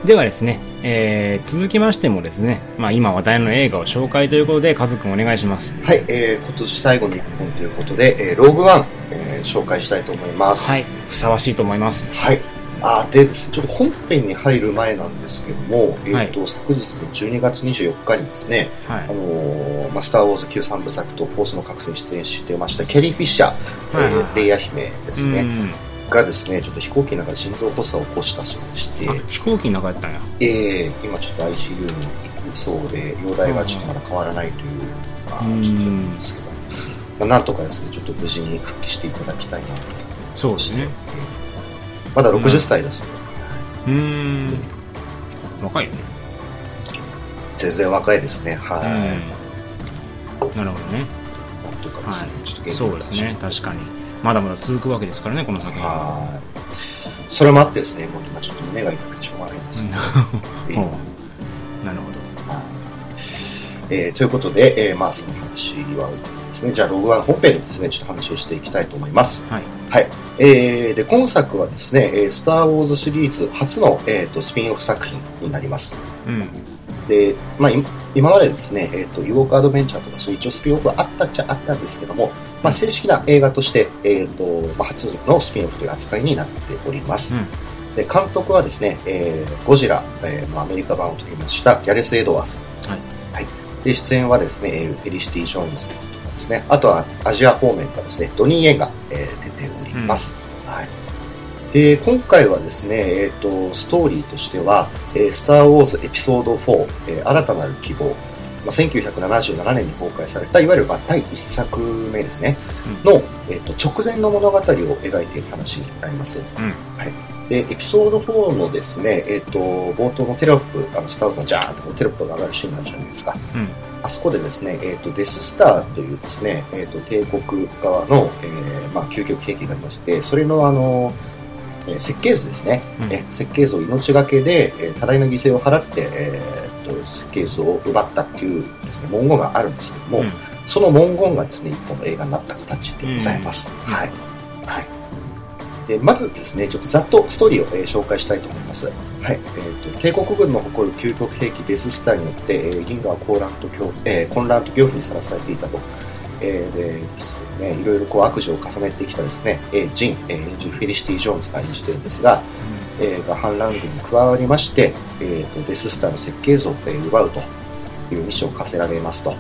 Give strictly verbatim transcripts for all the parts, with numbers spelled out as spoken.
ではですね、えー、続きましてもですね、まあ、今話題の映画を紹介ということでカズくんお願いします。 はい、えー、今年最後のいっぽんということで、えー、ローグワン、えー、紹介したいと思います。 はい、ふさわしいと思います。 はい。あでですね、ちょっと本編に入る前なんですけども、えーとはい、昨日のじゅうにがつにじゅうよっかにですね、はい、あのーまあ、スター・ウォーズ旧さんぶさくとフォースの覚醒に出演してましたキャリー・フィッシャー、はいはいはい、えー、レイヤ姫ですね、がですね、ちょっと飛行機の中で心臓発作を起こしたそうでして、 飛行機の中やったんや。 えー、今ちょっと アイシーユー に行くそうで、容体がちょっとまだ変わらないという、まあ、ちょっとなんですけど、まあ、なんとかですね、ちょっと無事に復帰していただきたいなと。 そうですね。 えー、まだろくじゅっさいだそうで。 うーん、若いよね。 全然若いですね。はい。 なるほどね。 なんとかですね。はい、ちょっと元気にそうですね。確かに。まだまだ続くわけですからね、この作品。 はい。それもあってですね、もう今ちょっと目が痛くてしょうがないんですけど。えー、 なるほど。 はい。えー、ということで、えー、まあその話はですね、じゃあログワン本編でですね、ちょっと話をしていきたいと思います。 はい。 はい。えー、で今作はですね、スター・ウォーズシリーズ初の、えー、とスピンオフ作品になります。 うん。 で、まあ、今までですね、えーと、イウォークアドベンチャーとかそういう一応スピンオフはあったっちゃあったんですけども、まあ、正式な映画として、えーとまあ、初のスピンオフという扱いになっております。うん、で監督はですね、えー、ゴジラ、えーまあ、アメリカ版を撮りましたギャレス・エドワーズ、はいはい、で出演はですねフェリシティ・ジョーンズとかですね、あとはアジア方面からですねドニー・イエンが、えー、出ております。うん、はい。で今回はですね、えーと、ストーリーとしては、えー、スター・ウォーズエピソードフォー、えー、新たなる希望、まあ、せんきゅうひゃくななじゅうななねんに公開されたいわゆるだいいっさくめですね、うん、の、えーと、直前の物語を描いている話になります。うん、はい。でエピソードフォーのですね、えーと、冒頭のテロップ、あのスター・ウォーズのジャーンとテロップが上がるシーンがあるじゃないですか。うん、あそこでですね、えーと、デススターというですね、えーと、帝国側の、えーまあ、究極兵器がありまして、それのあのえ設計図ですね、うん、え設計図を命がけで、え多大な犠牲を払って、えー、と設計図を奪ったっていうですね文言があるんですけども、うん、その文言がですね一本の映画になった形でございます。うん、はい、はい。でまずですねちょっとざっとストーリーを、えー、紹介したいと思います。はい。えー、と帝国軍の誇る究極兵器デススターによって、えー、銀河は混乱と恐怖、えー、混乱と恐怖にさらされていたと。えー、でですね、いろいろこう悪事を重ねてきたですね、えー、ジン、えー、演じるフェリシティ・ジョーンズが演じてるんですが、うん、えー、が反乱軍に加わりまして、えー、とデススターの設計図を、えー、奪うというミッションを課せられますと。うん、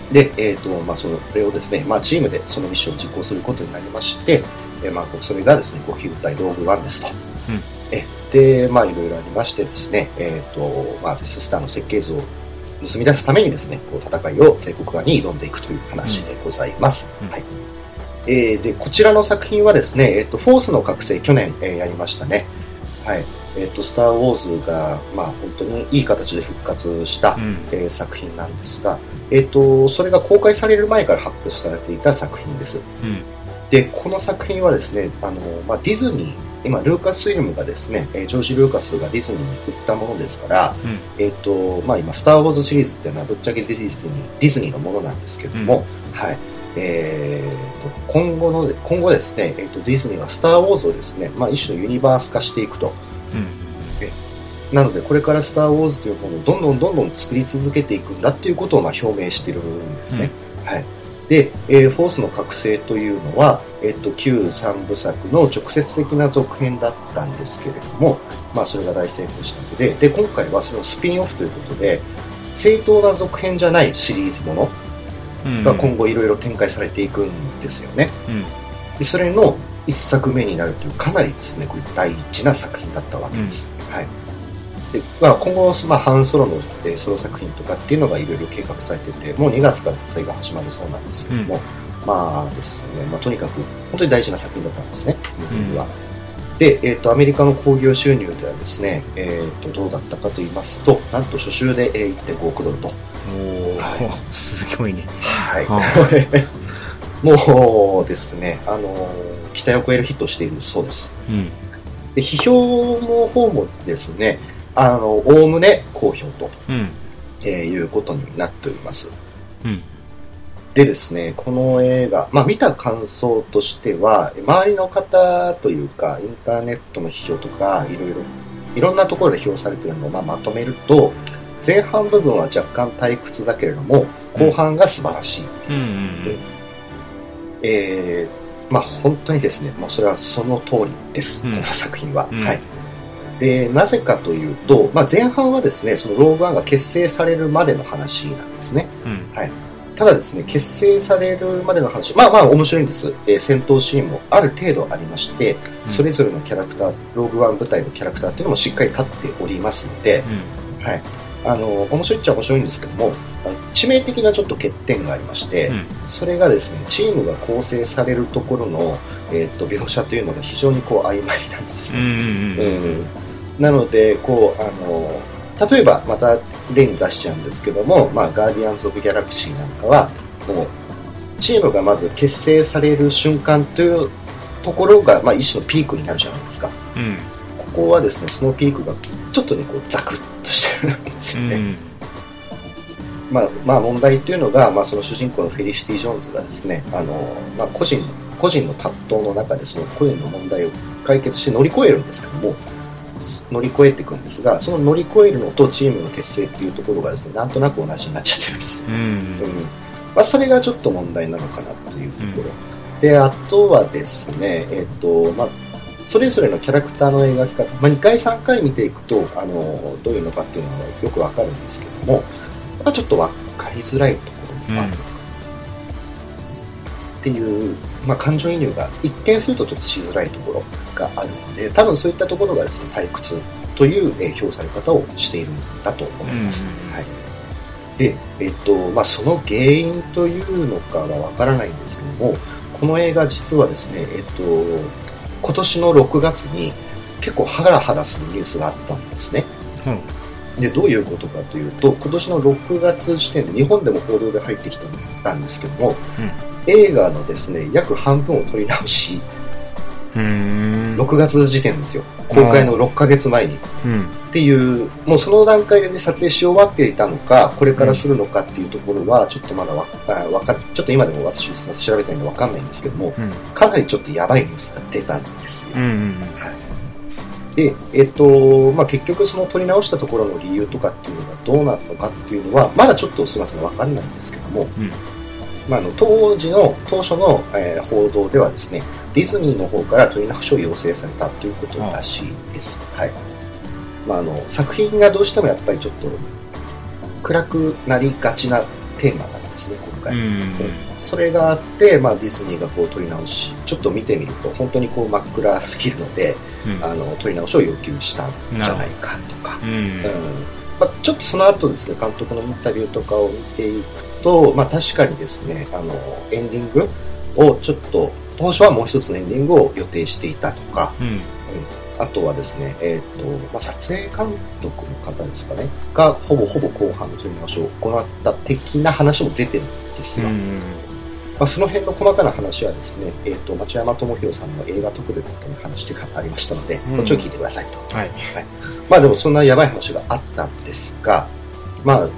で、えーとまあ、それをですね、まあ、チームでそのミッションを実行することになりまして、えーまあ、それがですね、ごきゅうたいローグワンですと。うん、えで、まあ、いろいろありましてですね、えーとまあ、デススターの設計図を盗み出すためにですね、こう戦いを帝国側に挑んでいくという話でございます。うん、はい。えー、で、こちらの作品はですね、えっ、ー、と、フォースの覚醒、去年、えー、やりましたね。はい。えっ、ー、と、スター・ウォーズが、まあ、本当にいい形で復活した、うん、えー、作品なんですが、えっ、と、それが公開される前から発表されていた作品です。うん、で、この作品はですね、あの、まあ、ディズニー、今ルーカスフィルムがですね、ジョージ・ルーカスがディズニーに売ったものですから、うん、えっ、とまあ今スター・ウォーズシリーズっていうのはぶっちゃけディズニーディズニーのものなんですけども、うん、はい、えー、と今後の今後ですね、えー、とディズニーはスター・ウォーズをですね、まあ一種のユニバース化していくと。うん、えなのでこれからスター・ウォーズというものをどんどんどんどん作り続けていくんだっていうことをまあ表明しているんですね。うん、はい。で、えー、フォースの覚醒というのは、えっと、旧三部作の直接的な続編だったんですけれども、まあ、それが大成功したので、で、今回はそれをスピンオフということで、正当な続編じゃないシリーズものが今後いろいろ展開されていくんですよね。うん、で、それの一作目になるという、かなりですね、こういう大事な作品だったわけです。うん、はい。でまあ、今後、まあ、ハンソロの、えー、ソロ作品とかっていうのがいろいろ計画されてて、もうにがつから撮影が始まるそうなんですけども、うん、まあですね、まあ、とにかく本当に大事な作品だったんですね、日本では。うん、で、えーと、アメリカの興行収入ではですね、えーと、どうだったかと言いますと、なんと初週で いってんごおくドルと。 おはい、すごいね。 はい。もうですね、あのー、期待を超えるヒットをしているそうです。うん、で批評の方もですね、あの、おおむね好評と、うんえー、いうことになっております。うん、でですね、この映画、まあ見た感想としては、周りの方というか、インターネットの批評とか、いろいろいろんなところで評されているのを、まあ、まとめると、前半部分は若干退屈だけれども後半が素晴らしい、うんうんうん、えー、まあ本当にですね、もうそれはその通りです、うん、この作品は、うん、はい。でなぜかというと、まあ、前半はですね、そのローグワンが結成されるまでの話なんですね、うん、はい。ただですね、結成されるまでの話、まあまあ面白いんです。えー、戦闘シーンもある程度ありまして、うん、それぞれのキャラクター、ローグワン部隊のキャラクターっていうのもしっかり立っておりますので、うん、はい。あの、面白いっちゃ面白いんですけども、致命的なちょっと欠点がありまして、うん、それがですね、チームが構成されるところの、えー、っと描写というのが非常にこう曖昧なんですね。うんうんうんうん、なので、こう、あの、例えばまた例に出しちゃうんですけども、まあ、ガーディアンズ・オブ・ギャラクシーなんかは、もう、チームがまず結成される瞬間というところが、まあ、一種のピークになるじゃないですか。うん、ここはですね、そのピークがちょっとね、こうザクッとしてるんですよね。うん、まあ、まあ問題っていうのが、まあ、その主人公のフェリシティ・ジョーンズがですね、あの、まあ、個人個人の葛藤の中でその個人の問題を解決して乗り越えるんですけども、乗り越えていくんですが、その乗り越えるのとチームの結成っていうところがですね、なんとなく同じになっちゃってるんですよ。うんうん、まあ、それがちょっと問題なのかなというところ、うん、で、あとはですね、えっとまあそれぞれのキャラクターの描き方、まあ、にかいさんかい見ていくと、あのどういうのかっていうのがよくわかるんですけども、まあ、ちょっとわかりづらいところもあるのか、うん、っていう、まあ、感情移入が一見するとちょっとしづらいところがあるので、多分そういったところがですね、退屈という、えー、評され方をしているんだと思います。うん、はい。で、えっとまあ、その原因というのかはわからないんですけども、この映画実はですね、えっと今年のろくがつに結構ハラハラするニュースがあったんですね。うん、でどういうことかというと、今年のろくがつ時点で日本でも報道で入ってきたんですけども、うん、映画のですね約半分を撮り直し、うーんろくがつ時点ですよ、公開のろっかげつまえに、うん、っていう、もうその段階で撮影し終わっていたのか、これからするのかっていうところはちょっとまだわわかちょっと今でも私すみません調べたいのでわかんないんですけども、うん、かなりちょっとやばいニュースが出たんですよ。うんうんうん、はい、で、えっとまあ、結局その撮り直したところの理由とかっていうのがどうなるのかっていうのはまだちょっとすみませんわかんないんですけども、うん、まあ、あの当時の当初の、えー、報道ではですね、ディズニーの方から撮り直しを要請されたということらしいです。はい。まあ、あの作品がどうしてもやっぱりちょっと暗くなりがちなテーマなんですね、今回。うん、それがあって、まあ、ディズニーがこう撮り直し、ちょっと見てみると本当にこう真っ暗すぎるので、うん、あの撮り直しを要求したんじゃないかとか。うんうんまあ、ちょっとその後ですね、監督のインタビューとかを見ていくと、まあ、確かにですね、あのエンディングをちょっと当初はもう一つのエンディングを予定していたとか、うんうん、あとはですね、えーとまあ、撮影監督の方ですかねがほぼほぼ後半の撮り直しを行った的な話も出てるんですよ。うんうんまあ、その辺の細かな話はですね、えーと町山智博さんの映画特別の話というかありましたので、うん、こっちを聞いてくださいと。はい。はい。まあでもそんなやばい話があったんですが、まあ、ま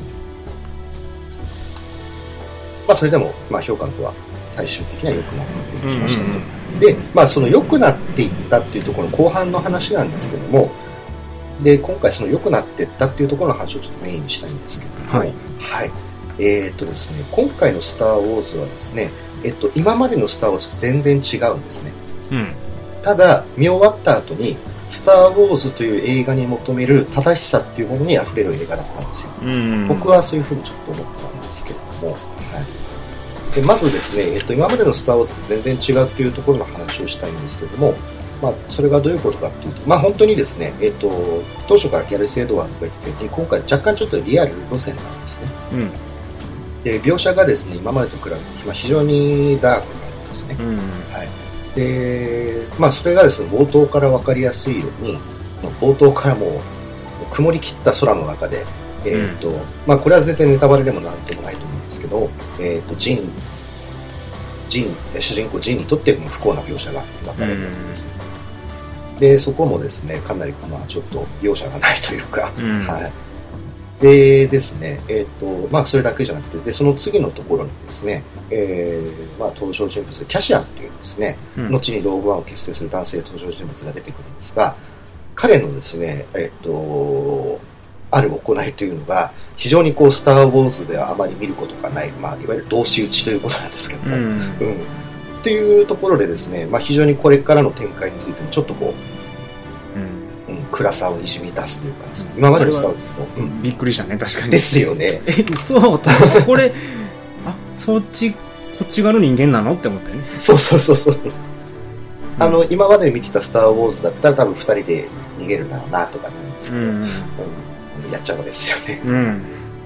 あそれでも、まあ評価の方は最終的には良くなっていきましたと。うんうん、で、まあその良くなっていったっていうところの後半の話なんですけども、で、今回その良くなっていったっていうところの話をちょっとメインにしたいんですけども、はい。はい。えーっとですね、今回のスターウォーズはですね、えっと、今までのスターウォーズと全然違うんですね。うん。ただ、見終わった後に、スター・ウォーズという映画に求める正しさっていうものに溢れる映画だったんですよ。うん、僕はそういうふうにちょっと思ったんですけども、はい、でまずですね、えっと、今までのスター・ウォーズと全然違うっていうところの話をしたいんですけども、まあ、それがどういうことかっていうと、まあ、本当にですね、えっと、当初からギャレス・エドワーズが言ってたように、今回若干ちょっとリアル路線なんですね。うん、で描写がですね、今までと比べて、まあ、非常にダークなんですね。うん、はい。で、まあ、それがですね、冒頭から分かりやすいように、冒頭からもう曇り切った空の中で、えーとうんまあ、これは全然ネタバレでもなんともないと思うんですけど、えーとジンジン主人公ジンにとって不幸な描写が描かれるわけです、うん、でそこもですね、かなり、まあ、ちょっと容赦がないというか、うんはい、でですね、えーとまあ、それだけじゃなくて、でその次のところにですね、えーまあ、登場人物キャシアンというですね、うん、後にローグワンを結成する男性登場人物が出てくるんですが、 彼のですね、えっと、ある行いというのが、非常にこう、スター・ウォーズではあまり見ることがない、まあ、いわゆる同士討ちということなんですけども、うん。うん、っていうところでですね、まあ、非常にこれからの展開についても、ちょっとこう、うん、うん、暗さをにじみ出すというか、うん、今までのスター・ウォーズと、 うん、びっくりしたね、確かに。 ですよね。 え、そうこれ、あ、そっち、こっち側の人間なのって思ったよね。 そうそうそうそう。あの、うん、今まで見てたスター・ウォーズだったら多分二人で逃げるだろうなとかなんですけど、うんうんうん、やっちゃうわけですよね。うん、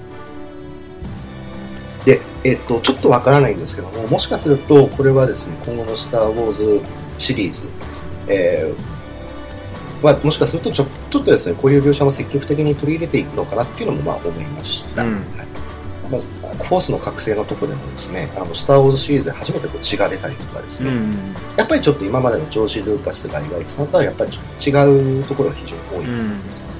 で、えっと、ちょっとわからないんですけども、もしかするとこれはですね、今後のスター・ウォーズシリーズ、えー、はもしかするとちょ、ちょっとですね、こういう描写も積極的に取り入れていくのかなっていうのもまあ思いました。うん、はい。まず、フォースの覚醒のところでもですね、あの、スター・ウォーズシリーズで初めてこう血が出たりとかですね、うん、やっぱりちょっと今までのジョージ・ルーカスが描いてたのとはやっぱりちょっと違うところが非常に多いんですよね。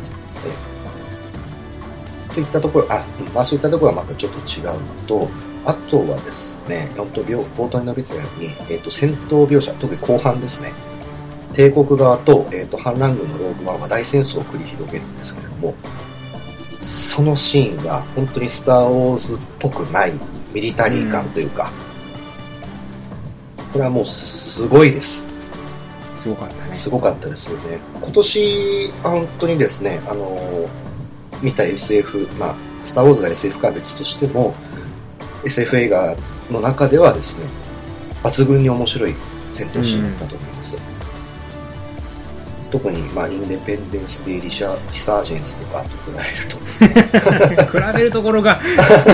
うん、といったところ、あ、まあそういったところはまたちょっと違うのと、あとはですね、本当冒頭に述べたように、えっと、戦闘描写、特に後半ですね、帝国側と、えっと、反乱軍のローグワンは大戦争を繰り広げるんですけれども、そのシーンが本当にスター・ウォーズっぽくないミリタリー感というか、うん、これはもうすごいです。 すごかったね。 すごかったですよね。今年本当にですね、あの見た エスエフ、まあスター・ウォーズが エスエフ かは別としても エスエフ 映画の中ではですね、抜群に面白い戦闘シーンだったと思います。うん、特に、まあ、インデペンデンス・デイ・リシャー・リサージェンスとかと比べるとですね比べるところが、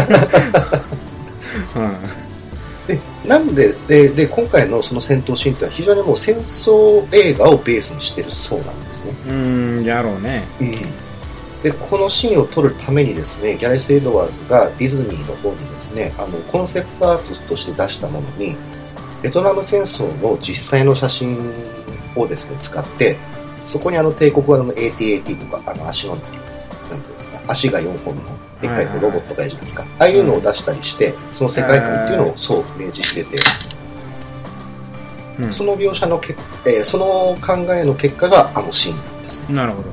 うん、でなんで で, で今回のその戦闘シーンってのは非常にもう戦争映画をベースにしてるそうなんですね。 うーん、やろうね。 うん、でこのシーンを撮るためにですね、ギャレス・エドワーズがディズニーの方にですね、あのコンセプトアートとして出したものにベトナム戦争の実際の写真をですね使って、そこにあの帝国側の エーティーエーティー とか、あの足の、なんていうんですか、足がよんほんのでっかいロボットがいるじゃないですか。ああいうのを出したりして、その世界観っていうのをそう明示してて、うん、その描写のけ、えー、その考えの結果があのシーンなんですね。 なるほど。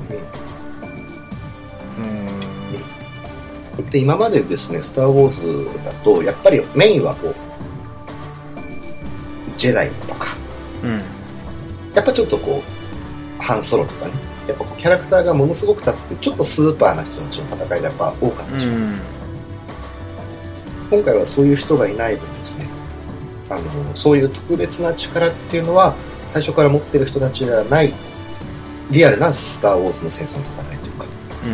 うん、で、今までですね、スター・ウォーズだと、やっぱりメインはこう、ジェダイとか、うん、やっぱちょっとこう、ハンソロとかね、やっぱこうキャラクターがものすごく立ってちょっとスーパーな人たちの戦いがやっぱ多かったじゃないですか。うん、今回はそういう人がいない分ですね、あのそういう特別な力っていうのは最初から持ってる人たちではないリアルなスター・ウォーズの戦争の戦いというか、うんうん、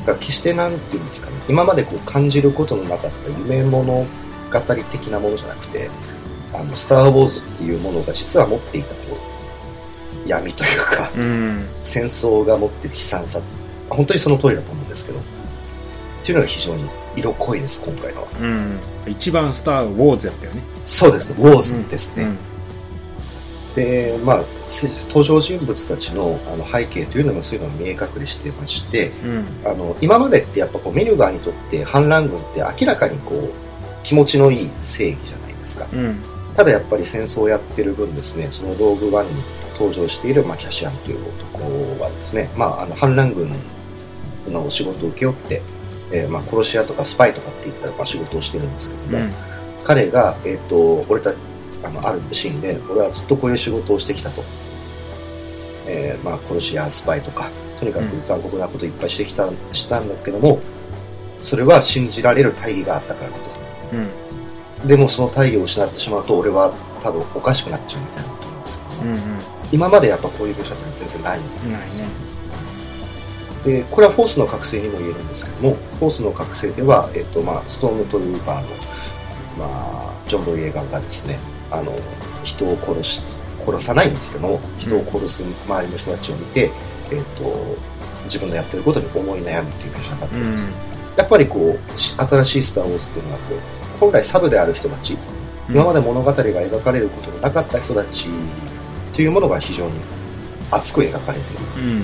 が決してなんていうんですかね、今までこう感じることのなかった夢物語的なものじゃなくて、あのスター・ウォーズっていうものが実は持っていたこう闇というか、うん、戦争が持ってる悲惨さ、本当にその通りだと思うんですけど、っていうのが非常に色濃いです、今回のは。 うん、一番スター・ウォーズやったよね。 そうですね、ウォーズですね。うんうん、で、まあ、登場人物たちのあの背景というのもそういうのが見え隠れしてまして、うん、あの今までってやっぱこう見る側にとって反乱軍って明らかにこう気持ちのいい正義じゃないですか。うん、ただやっぱり戦争をやってる分ですね、そのローグワンに登場している、まあ、キャシアンという男はですね、まあ、あの反乱軍のお仕事を請け負って、えーまあ、殺し屋とかスパイとかっていった、まあ、仕事をしてるんですけども、うん、彼が、えー、と俺たあのあるシーンで俺はずっとこういう仕事をしてきたと、えーまあ、殺し屋スパイとかとにかく残酷なことをいっぱいしてきた、うん、したんだけども、それは信じられる大義があったからだと、うん、でもその大義を失ってしまうと俺は多分おかしくなっちゃうみたいなことなんですけど、うんうん、今までやっぱこういう描写って全然ないんですよ。でこれはフォースの覚醒にも言えるんですけども、フォースの覚醒では、えっとまあ、ストームトルーパーの、まあ、ジョン・ボイエガンがですね、あの人を殺し殺さないんですけども、人を殺す周りの人たちを見て、うん、えっと自分のやってることに思い悩むっていう描写になってるんです、うん、やっぱりこう新しいスター・ウォーズっていうのはこう今回サブである人たち、うん、今まで物語が描かれることのなかった人たちというものが非常に熱く描かれている、うん、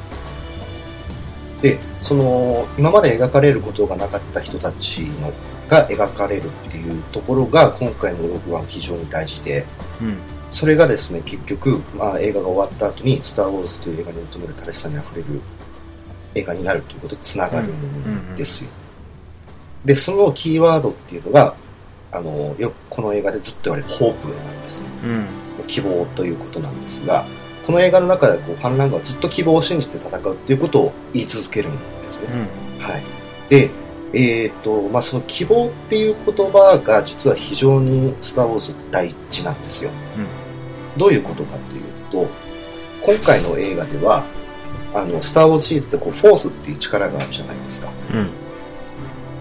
でその今まで描かれることがなかった人たちのが描かれるっていうところが今回のログワン非常に大事で、うん、それがですね結局、まあ、映画が終わった後にスター・ウォーズという映画に求める正しさにあふれる映画になるということでつながるんですよ、うんうんうん、でそのキーワードっていうのがあのよくこの映画でずっと言われるホープなんですね、うん、希望ということなんですが、この映画の中でこうファンランガはずっと希望を信じて戦うっていうことを言い続けるんですね、うん、はい。で、えーとまあ、その希望っていう言葉が実は非常にスター・ウォーズ大事なんですよ、うん、どういうことかというと、今回の映画ではあのスター・ウォーズシリーズってこうフォースっていう力があるじゃないですか、うん、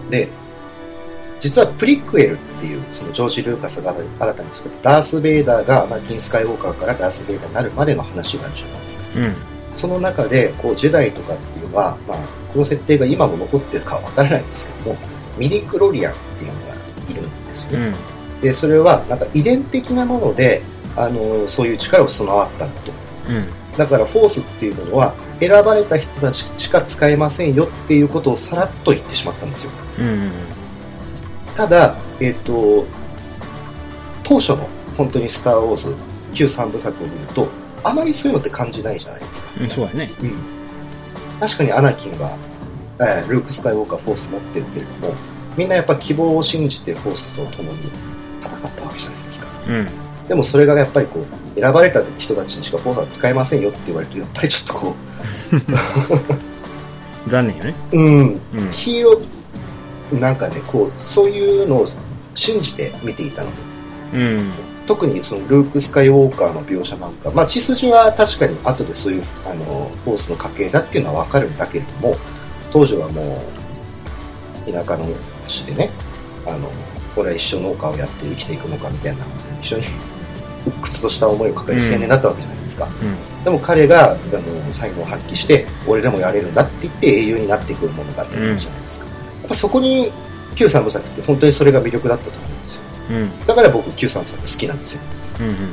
で実はプリクエルっていうそのジョージ・ルーカスが新たに作ったダース・ベイダーが、まあ、キンス・カイウォーカーからダース・ベイダーになるまでの話があるじゃないですか、うん、その中でこうジェダイとかっていうのは、まあ、この設定が今も残ってるかは分からないんですけども、ミディクロリアンっていうのがいるんですよね、うん、でそれはなんか遺伝的なものであのそういう力を備わったんだと、うん、だからフォースっていうものは選ばれた人たちしか使えませんよっていうことをさらっと言ってしまったんですよ、うん、ただ、えーと、当初の本当にスター・ウォーズ旧さんぶさくを見るとあまりそういうのって感じないじゃないですか、 うん、そうだね、うん、 確かにアナキンは、えー、ルーク・スカイウォーカーフォース持ってるけれども、みんなやっぱ希望を信じてフォースと共に戦ったわけじゃないですか、うん、でもそれがやっぱりこう選ばれた人たちにしかフォースは使えませんよって言われるとやっぱりちょっとこう残念よね、 うん、うん、ヒーローなんかねこうそういうのを信じて見ていたので、うん、特にそのルーク・スカイウォーカーの描写なんか、まあ、血筋は確かに後でそういうあのフォースの家系だっていうのは分かるんだけれども、当時はもう田舎の星でね、あの俺は一生農家をやって生きていくのかみたいな非常に鬱屈とした思いを抱える青年だったわけじゃないですか、うん、でも彼があの才能を発揮して俺でもやれるんだって言って英雄になってくるものがあったじゃないですか、うん、やっぱそこに旧三部作って本当にそれが魅力だったと思うんですよ、うん、だから僕旧三部作好きなんですよ、うんうん、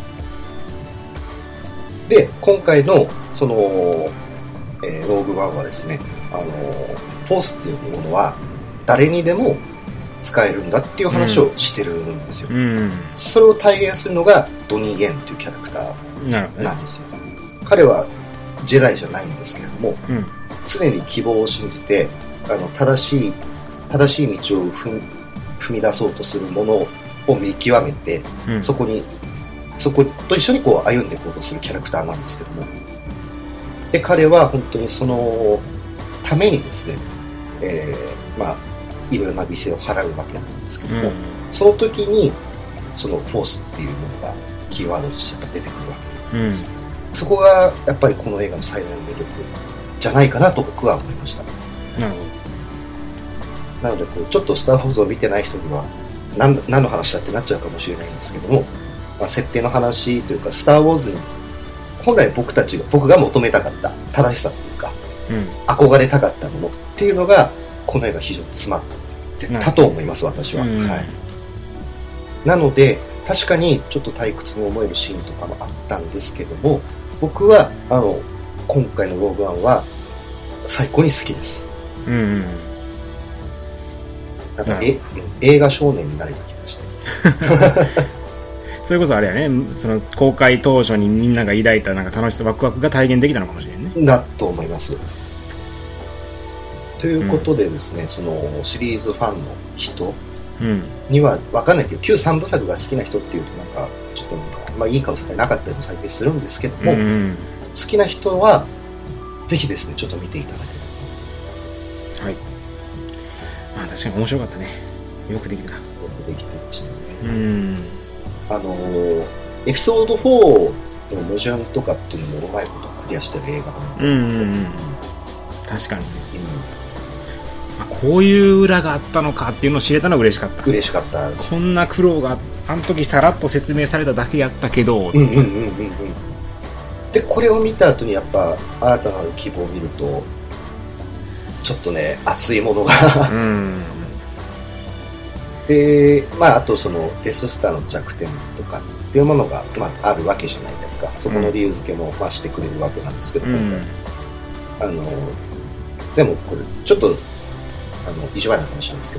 で今回のその、えー、ローグワンはですね、あのフォースっていうものは誰にでも使えるんだっていう話をしてるんですよ、うんうん、それを体現するのがドニー・ゲンっていうキャラクターなんですよ、ね、彼はジェダイじゃないんですけれども、うん、常に希望を信じてあの正しい正しい道を踏み出そうとするものを見極めて、うん、そこにそこと一緒にこう歩んでいこうとするキャラクターなんですけども、で彼は本当にそのためにですね、えー、まあいろいろな犠牲を払うわけなんですけども、うん、その時にそのフォースっていうものがキーワードとして出てくるわけなんですよ、うん、そこがやっぱりこの映画の最大の魅力じゃないかなと僕は思いました、うん、なのでこうちょっとスター・ウォーズを見てない人には 何, 何の話だってなっちゃうかもしれないんですけども、まあ、設定の話というかスター・ウォーズに本来僕たちが僕が求めたかった正しさというか、うん、憧れたかったものっていうのがこの映画非常に詰まってたと思います、うん、私は、うんはい、なので確かにちょっと退屈に思えるシーンとかもあったんですけども、僕はあの今回のローグワンは最高に好きです、うんうん、なんかえ映画少年になれてきましたそれこそあれやね、その公開当初にみんなが抱いたなんか楽しさワクワクが体現できたのかもしれないね。 だと思います。ということでですね、うん、そのシリーズファンの人には分かんないけど、旧三部作が好きな人っていうとなんかちょっとなんか、まあ、いい顔されなかったりも最近するんですけども、うんうん、好きな人はぜひですねちょっと見ていただければと思います。はい。 まあ確かに面白かったね。よくできた。よくできてましたね。うん。あのエピソードフォーの矛盾とかっていうのもうまいことクリアしてる映画なので、うんうんうん、 確かに、うん、こういう裏があったのかっていうのを知れたのは嬉しかった。 嬉しかった。 こんな苦労があの時さらっと説明されただけやったけど、うんうんうんうんうん、 でこれを見た後にやっぱ新たなる希望を見るとちょっとね熱いものがうんで、まあ、あとそのデススターの弱点とかっていうものが、まあ、あるわけじゃないですか。そこの理由付けも、まあ、してくれるわけなんですけども、うん、あのでもこれちょっとあの意地悪な話なんですけど、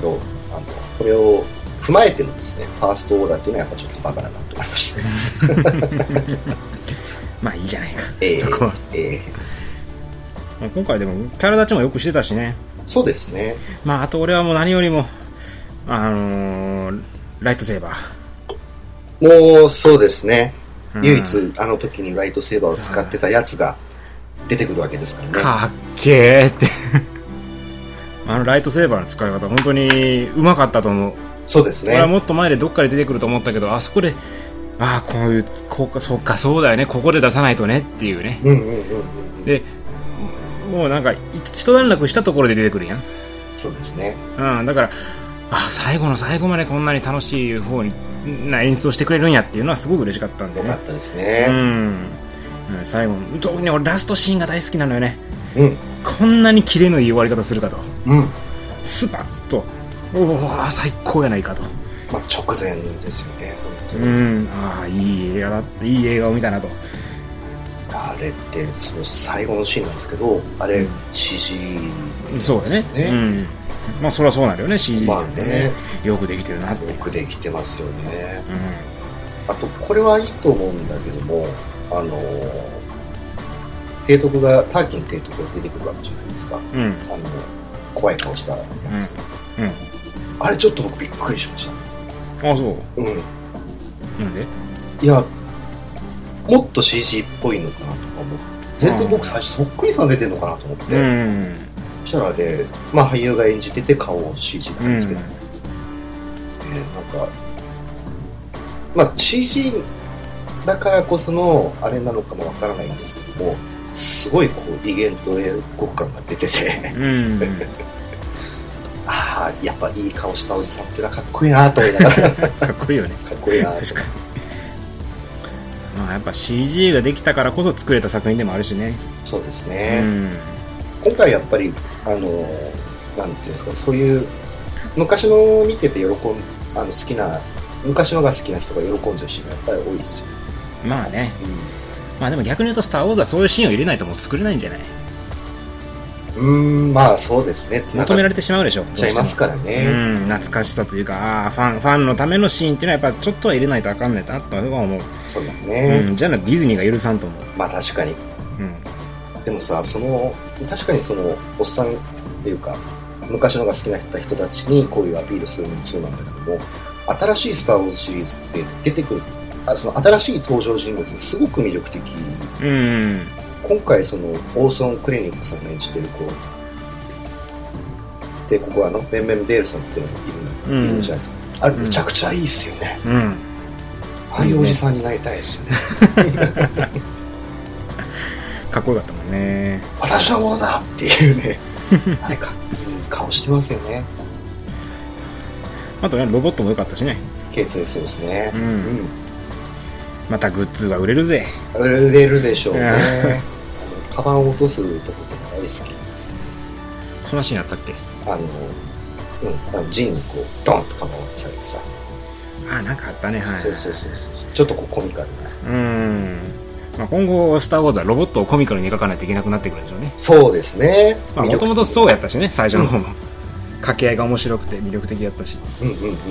あのこれを踏まえてのですねファーストオーダーっていうのはやっぱちょっとバカだなと思いましたまあいいじゃないか、 えー、 そこは、 えー、今回でもキャラ立ちもよくしてたしね。 そうですね。 まああと俺はもう何よりもあのー、ライトセーバーもうそうですね、うん、唯一あの時にライトセーバーを使ってたやつが出てくるわけですからね。 かっけーってあのライトセーバーの使い方本当にうまかったと思う。 そうですね。 俺はもっと前でどっかで出てくると思ったけど、あそこでああこういうこうかそうかそうだよね、ここで出さないとねっていうね、 うんうんうんうん、でもうなんか一段落したところで出てくるやん。 そうですね、 うん、だからあ最後の最後までこんなに楽しい方にな演奏してくれるんやっていうのはすごく嬉しかったんでね。 よかったですね。 うん、最後特に俺ラストシーンが大好きなのよね。 うん、 こんなにキレのいい終わり方するかと、 うん、 スパッとおお最高やないかと、 まあ、直前ですよね本当に。うん、ああいい映画だっていい映画を見たなと。 あれってその最後のシーンなんですけど、あれ シージー、 そうだね、うん、まあそれはそうなるよね シージー、 まあね、 よくできてるなって。 よくできてますよね、うん、あとこれはいいと思うんだけども、あの提督がターキン提督が出てくるわけじゃないですか、うん、あの怖い顔したやつ、うんうん、あれちょっと僕びっくりしました。 あそう、うん、なんで？ いやもっと シージー っぽいのかなとか思って、全然僕最初そっくりさん出てるのかなと思って、うん、そしたらね、まあ俳優が演じてて顔を シージー なんですけど、うんえー、なんかまあ シージー だからこそのあれなのかもわからないんですけども、すごいこう威厳と英国感が出てて、うん、ああやっぱいい顔したおじさんってのはかっこいいなと思いながらかっこいいよね。 かっこいいなと。 確かにまあ、やっぱ シージー ができたからこそ作れた作品でもあるしね。 そうですね、うん、今回やっぱりあのなんていうんですか、そういう昔の見てて喜んあの好きな昔のが好きな人が喜んじゃうシーンがやっぱり多いですよ。 まあね、うん、まあでも逆に言うとスター・ウォーズはそういうシーンを入れないともう作れないんじゃない？ うーんまあそうですね、 求められてしまうでしょ。 ちゃいますからね、 うん、懐かしさというかあファンファンのためのシーンっていうのはやっぱちょっとは入れないとあかんねんなとは思う。 そうですね、 うん、じゃあディズニーが許さんと思う。 まあ確かに、うん、でもさその確かにそのおっさんっていうか昔のが好きな人たちにこういうアピールするのもそうなんだけども、新しいスター・ウォーズシリーズって出てくるあその新しい登場人物がすごく魅力的、うん、今回そのオーソン・クレニックさんが演じてる子で、ここはあのベンベン・ベールさんっていうのがいるの、うん、いるじゃないですか。あれめちゃくちゃいいですよね、うん、ああいうおじさんになりたいですよねかっこよかったもんね。 私のものだっていうねあれかいい顔してますよね。 あとねロボットも良かったしね。 ケイツそうですね、うんうん、 またグッズが売れるぜ。 売れるでしょうねあのカバンを落とすとことか大好きですね。 そんなシーンあったっけ？ あの、うん、あのジンにこうドンとカバンをされてさあなんかあったね。はいそうそうそうそうちょっとこうコミカルなうん、 まあ、今後スター・ウォーズはロボットをコミカルに描かないといけなくなってくるんでしょうね。 そうですね。 もともとそうやったしね最初の方も、うん、掛け合いが面白くて魅力的だったし、うんうんうん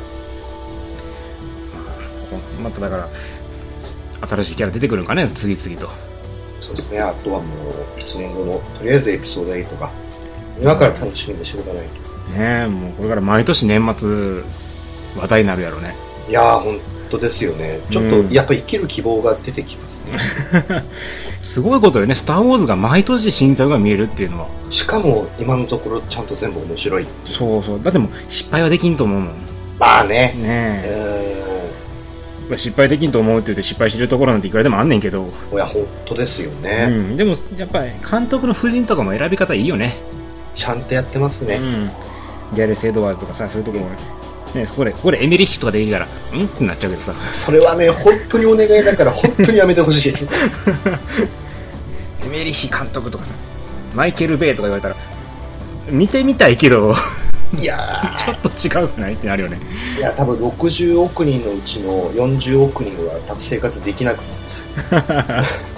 まただから新しいキャラ出てくるんかね次々と。 そうですね。あとはもういちねんごのとりあえずエピソードエイトが今から楽しみでしょうがないとねえ。もうこれから毎年年末話題になるやろうね。 いやー本当ですよね。ちょっとやっぱり生きる希望が出てきますね、 うん、すごいことよね。スター・ウォーズが毎年新作が見えるっていうのは。 しかも今のところちゃんと全部面白い。 そうそう。だってもう失敗はできんと思うもん。 まあねねえ失敗できんと思うって言って失敗してるところなんていくらでもあんねんけど。 いや本当ですよね、 うん、でもやっぱり監督の夫人とかも選び方いいよね。 ちゃんとやってますね、うん、 ギャレス・エドワーズとかさそういうところも、ね、ここでここでエメリッヒとかできたらうんってなっちゃうけどさ。 それはね本当にお願いだから本当にやめてほしいですエメリッヒ監督とかさマイケル・ベイとか言われたら見てみたいけどいやちょっと違うくないってなるよね。 いや多分ろくじゅうおくにんのうちのよんじゅうおくにんは多分生活できなくなるんですよ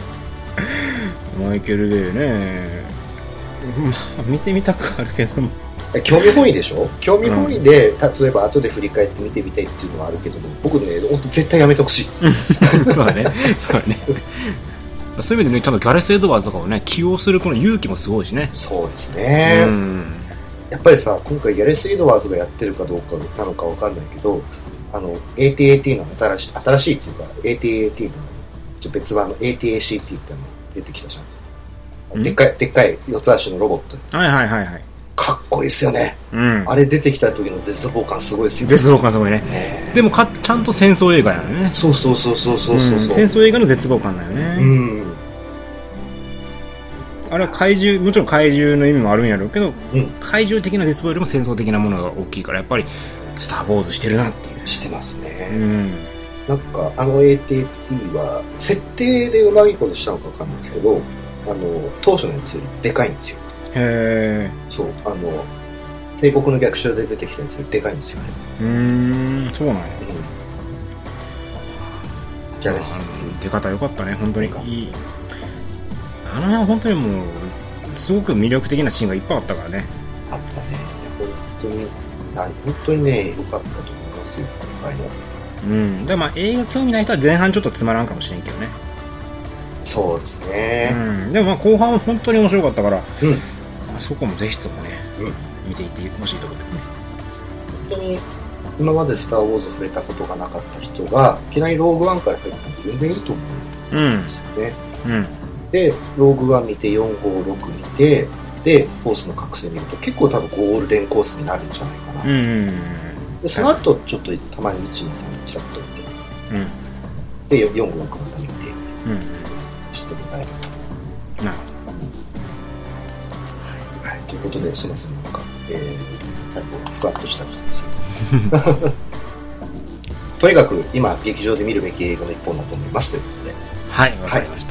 マイケル・ベイね、まあ、見てみたくあるけども興味本位でしょ。興味本位で、うん、例えば後で振り返って見てみたいっていうのはあるけども、僕ね本当絶対やめてほしい。 そうだね、そうだね。そういう意味でね、ちゃんとギャレス・エドワーズとかをね起用するこの勇気もすごいしね。 そうですね、うん、やっぱりさ、今回ギャレス・エドワーズがやってるかどうかなのかわかんないけど、あの エーティーエーティー の新しい新しいっていうか エーティーエーティー のちょ別版の エーティーエーシーティー っての出てきたじゃん。でっかいでっかい四つ足のロボット。 はいはいはいはい。 かっこいいですよね、うん、あれ出てきた時の絶望感すごいですよね。 絶望感すごいね。ね、でもかちゃんと戦争映画やね。 そうそうそうそうそうそう、うん、 戦争映画の絶望感だよね。うん。あれは怪獣、もちろん怪獣の意味もあるんやろうけど、うん、怪獣的な絶望よりも戦争的なものが大きいから、やっぱりスター・ウォーズしてるなっていう。 してますね。うん。なんかあの エーティーティー は設定でうまいことしたのかわかんないですけど、あの当初のやつよりでかいんですよ。へー。そう、あの帝国の逆襲で出てきたやつよりでかいんですよね。 うーん、そうなんや。 うん、ギャレス出方良かったね、本当にいい。あの辺は本当にもうすごく魅力的なシーンがいっぱいあったからね。 あったね、本当に本当にね良かったと思いますよ、今回の。 うん、でもまあ映画興味ない人は前半ちょっとつまらんかもしれんけどね。 そうですね、 うん、でもまあ後半は本当に面白かったから、うん、まあ、そこもぜひともね、うん、見ていってほしいところですね。 本当に今までスター・ウォーズ触れたことがなかった人がいきなりローグワンから入っても全然いいと思うんですよね、うんうん、でローグワン見てよんごろく見てでフォースの覚醒見ると結構多分ゴールデンコースになるんじゃないかな、うんうんうん、でその後ちょっとたまにいちのさんにちらっと見て、うん、でよんごろくまた見て、うん、してみたいなと。なるほど、はい、ということですいません、なんか、えー、最後ふわっとした感じですけどとにかく今劇場で見るべき映画の一本だと思いますということで、 はい、わかりました。